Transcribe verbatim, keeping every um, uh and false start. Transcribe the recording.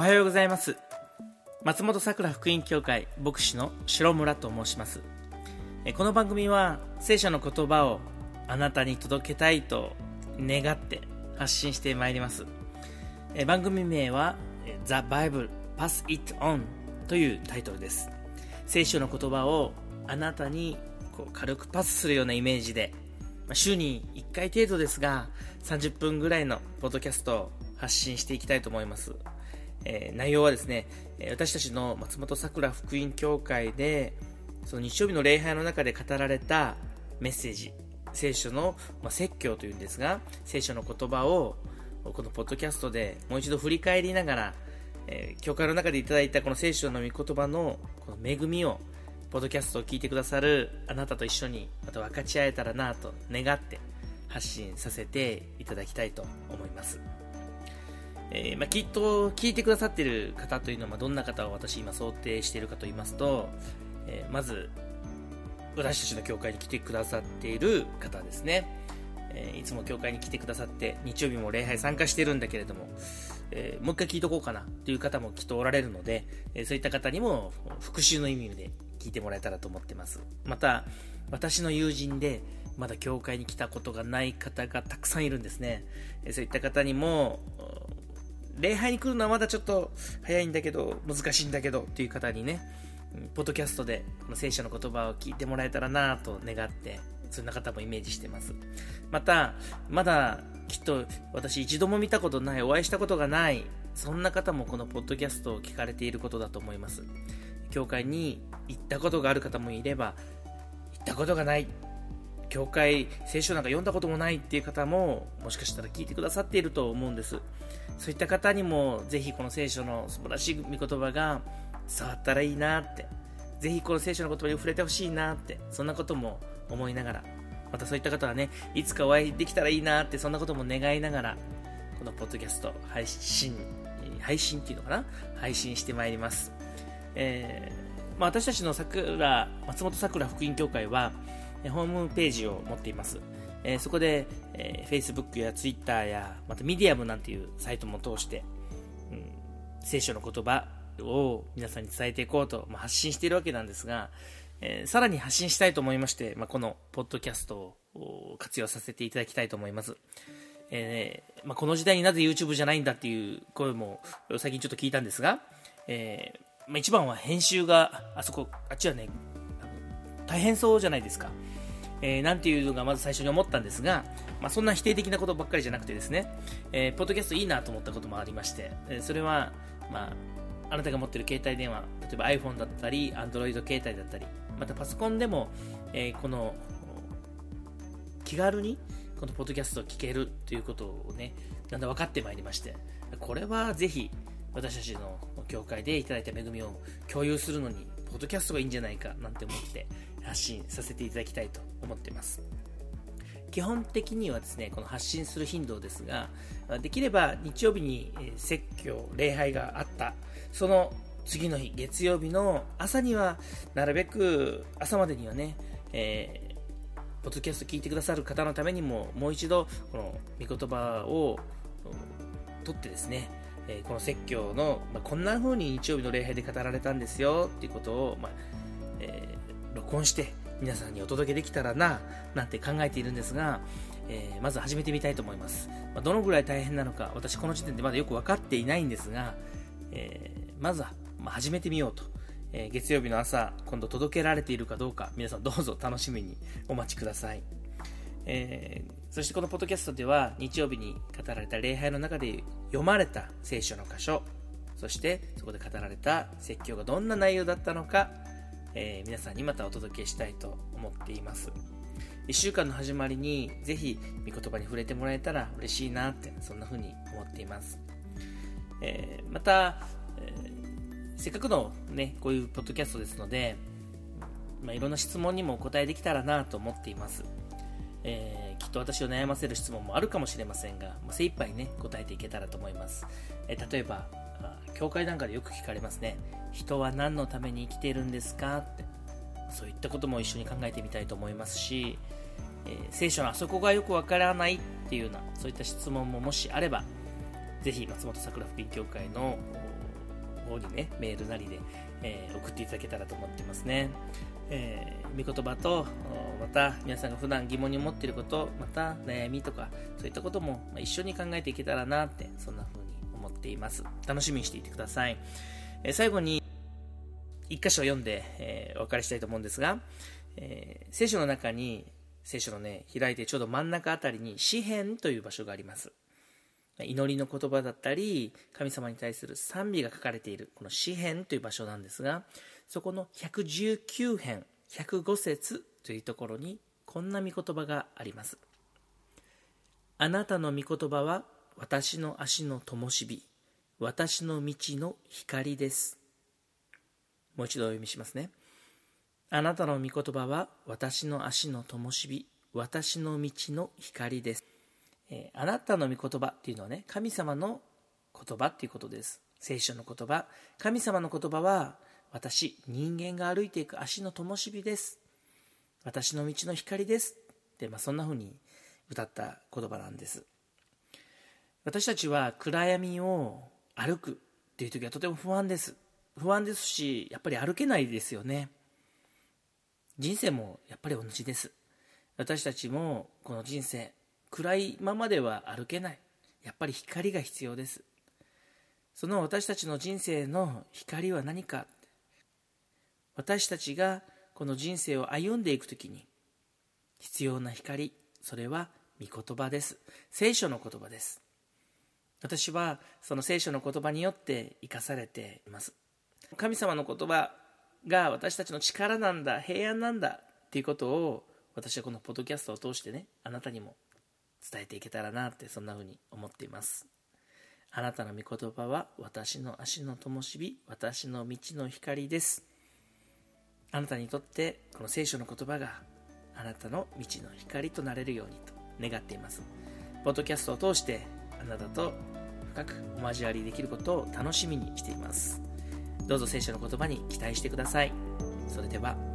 はようございます。松本さくら福音教会牧師の城村と申します。この番組は聖書の言葉をあなたに届けたいと願って発信してまいります。番組名は The Bible Pass It On というタイトルです。聖書の言葉をあなたにこう軽くパスするようなイメージで、週にいっかい程度ですがさんじゅっぷんぐらいのポッドキャストを発信していきたいと思います。えー、内容はですね、私たちの松本さくら福音教会でその日曜日の礼拝の中で語られたメッセージ、聖書の、まあ、説教というんですが、聖書の言葉をこのポッドキャストでもう一度振り返りながら、えー、教会の中でいただいたこの聖書の御言葉のこの恵みをポッドキャストを聞いてくださるあなたと一緒にまた分かち合えたらなと願って発信させていただきたいと思います。えーまあ、きっと聞いてくださっている方というのはどんな方を私今想定しているかと言いますと、えー、まず私たちの教会に来てくださっている方ですね。えー、いつも教会に来てくださって日曜日も礼拝参加しているんだけれども、えー、もう一回聞いとこうかなという方もきっとおられるので、えー、そういった方にも復習の意味で聞いてもらえたらと思ってます。また私の友人でまだ教会に来たことがない方がたくさんいるんですね。えー、そういった方にも礼拝に来るのはまだちょっと早いんだけど難しいんだけどっていう方にね、ポッドキャストでこの聖書の言葉を聞いてもらえたらなと願ってそんな方もイメージしてます。またまだきっと私一度も見たことない、お会いしたことがない、そんな方もこのポッドキャストを聞かれていることだと思います。教会に行ったことがある方もいれば、行ったことがない、教会聖書なんか読んだこともないっていう方ももしかしたら聞いてくださっていると思うんです。そういった方にもぜひこの聖書の素晴らしい御言葉が伝わったらいいなって、ぜひこの聖書の言葉に触れてほしいなって、そんなことも思いながら、またそういった方はね、いつかお会いできたらいいなって、そんなことも願いながらこのポッドキャスト配信配信っていうのかな配信してまいります。えーまあ、私たちの桜松本さくら福音教会はホームページを持っています。えー、そこで、えー、Facebook や Twitter やまた Medium なんていうサイトも通して、うん、聖書の言葉を皆さんに伝えていこうと、まあ、発信しているわけなんですが、えー、さらに発信したいと思いまして、まあ、このポッドキャストを活用させていただきたいと思います。えーまあ、この時代になぜ YouTube じゃないんだっていう声も最近ちょっと聞いたんですが、えーまあ、一番は編集があそこあっちはね大変そうじゃないですか。えー、なんていうのがまず最初に思ったんですが、まあ、そんな否定的なことばっかりじゃなくてですね、えー、ポッドキャストいいなと思ったこともありまして、えー、それは、まあ、あなたが持っている携帯電話、例えば iPhone だったり Android 携帯だったり、またパソコンでも、えー、この気軽にこのポッドキャストを聞けるということをね、だんだん分かってまいりまして、これはぜひ私たちの教会でいただいた恵みを共有するのにポッドキャストがいいんじゃないかなんて思って発信させていただきたいと思っています。基本的にはですね、この発信する頻度ですが、できれば日曜日に説教礼拝があったその次の日月曜日の朝にはなるべく朝までにはね、えー、ポッドキャスト聞いてくださる方のためにももう一度この御言葉を取ってですね、この説教の、まあ、こんな風に日曜日の礼拝で語られたんですよっていうことを、まあえー、録音して皆さんにお届けできたらななんて考えているんですが、えー、まず始めてみたいと思います。まあ、どのぐらい大変なのか私この時点でまだよく分かっていないんですが、えー、まずは、まあ、始めてみようと、えー、月曜日の朝今度届けられているかどうか皆さんどうぞ楽しみにお待ちください。えー、そしてこのポッドキャストでは日曜日に語られた礼拝の中で読まれた聖書の箇所、そしてそこで語られた説教がどんな内容だったのか、えー、皆さんにまたお届けしたいと思っています。いっしゅうかんの始まりにぜひ御言葉に触れてもらえたら嬉しいなって、そんな風に思っています。えー、また、えー、せっかくのねこういうポッドキャストですので、まあ、いろんな質問にもお答えできたらなと思っています。えー、きっと私を悩ませる質問もあるかもしれませんが、まあ、精一杯ね答えていけたらと思います。えー、例えば教会なんかでよく聞かれますね。人は何のために生きているんですかって、そういったことも一緒に考えてみたいと思いますし、えー、聖書のあそこがよくわからないっていうようなそういった質問ももしあれば、ぜひ松本さくら福音教会の方にね、メールなりで、えー、送っていただけたらと思ってますね。えー、御言葉と、また皆さんが普段疑問に思っていること、また悩みとかそういったことも一緒に考えていけたらなって、そんな風に思っています。楽しみにしていてください。えー、最後に一箇所読んで、えー、お別れしたいと思うんですが、えー、聖書の中に、聖書のね、開いてちょうど真ん中あたりに詩編という場所があります。祈りの言葉だったり、神様に対する賛美が書かれているこの詩編という場所なんですが、そこのひゃくじゅうきゅう編ひゃくご節というところにこんな御言葉があります。あなたの御言葉は私の足の灯火、私の道の光です。もう一度お読みしますね。あなたの御言葉は私の足の灯火、私の道の光です。えー、あなたの御言葉っていうのはね、神様の言葉っていうことです。聖書の言葉、神様の言葉は私、人間が歩いていく足の灯火です。私の道の光です。で、まあ、そんな風に歌った言葉なんです。私たちは暗闇を歩くっていう時はとても不安です。不安ですし、やっぱり歩けないですよね。人生もやっぱり同じです。私たちもこの人生、暗いままでは歩けない。やっぱり光が必要です。その私たちの人生の光は何か。私たちがこの人生を歩んでいくときに必要な光、それは御言葉です。聖書の言葉です。私はその聖書の言葉によって生かされています。神様の言葉が私たちの力なんだ、平安なんだっていうことを、私はこのポッドキャストを通してね、あなたにも伝えていけたらなって、そんなふうに思っています。あなたの御言葉は私の足の灯火、私の道の光です。あなたにとってこの聖書の言葉があなたの道の光となれるようにと願っています。ポッドキャストを通してあなたと深くお交わりできることを楽しみにしています。どうぞ聖書の言葉に期待してください。それでは。